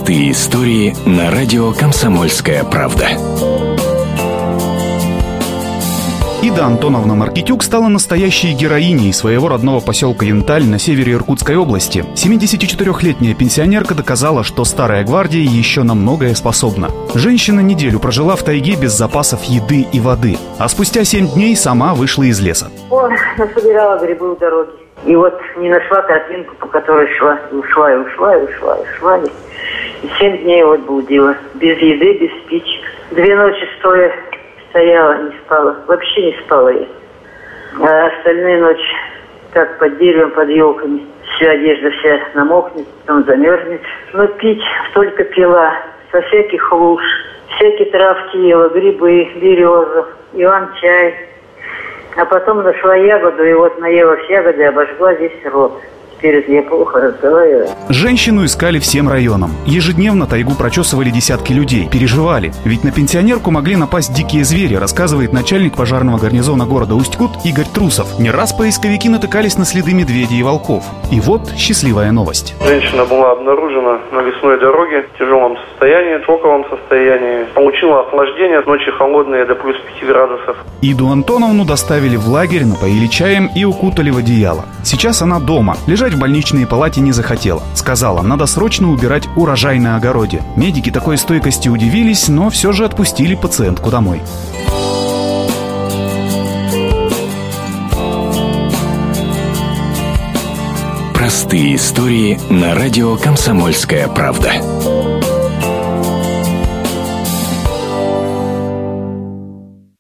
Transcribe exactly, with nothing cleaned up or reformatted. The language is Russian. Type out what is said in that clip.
Простые истории на радио «Комсомольская правда». Ида Антоновна Маркитюк стала настоящей героиней своего родного поселка Янталь на севере Иркутской области. семидесятичетырёхлетняя пенсионерка доказала, что старая гвардия еще на многое способна. Женщина неделю прожила в тайге без запасов еды и воды, а спустя семь дней сама вышла из леса. Ой, насобирала грибы у дороги. И вот не нашла тропинку, по которой шла. И ушла, и ушла, и ушла, и ушла. И семь дней вот блудила. Без еды, без спичек. Две ночи стоя стояла, не спала. Вообще не спала я. А остальные ночи так под деревом, под елками. Вся одежда вся намокнет, потом замерзнет. Но пить только пила. Со всяких луж. Всякие травки ела, грибы, березу, иван-чай. А потом нашла ягоду, и вот наелась ягоды, обожгла весь рот. Теперь я плохо разговариваю. Женщину искали всем районам. Ежедневно тайгу прочесывали десятки людей. Переживали. Ведь на пенсионерку могли напасть дикие звери, рассказывает начальник пожарного гарнизона города Усть-Кут Игорь Трусов. Не раз поисковики натыкались на следы медведей и волков. И вот счастливая новость. Женщина была обнаружена на лесной дороге в тяжелом состоянии, в шоковом состоянии. Получила охлаждение, ночи холодные до плюс пяти градусов. Иду Антоновну доставили в лагерь, напоили чаем и укутали в одеяло. Сейчас она дома. Лежать в больничной палате не захотела. Сказала, надо срочно убирать урожай на огороде. Медики такой стойкости удивились, но все же отпустили пациентку домой. Простые истории на радио «Комсомольская правда».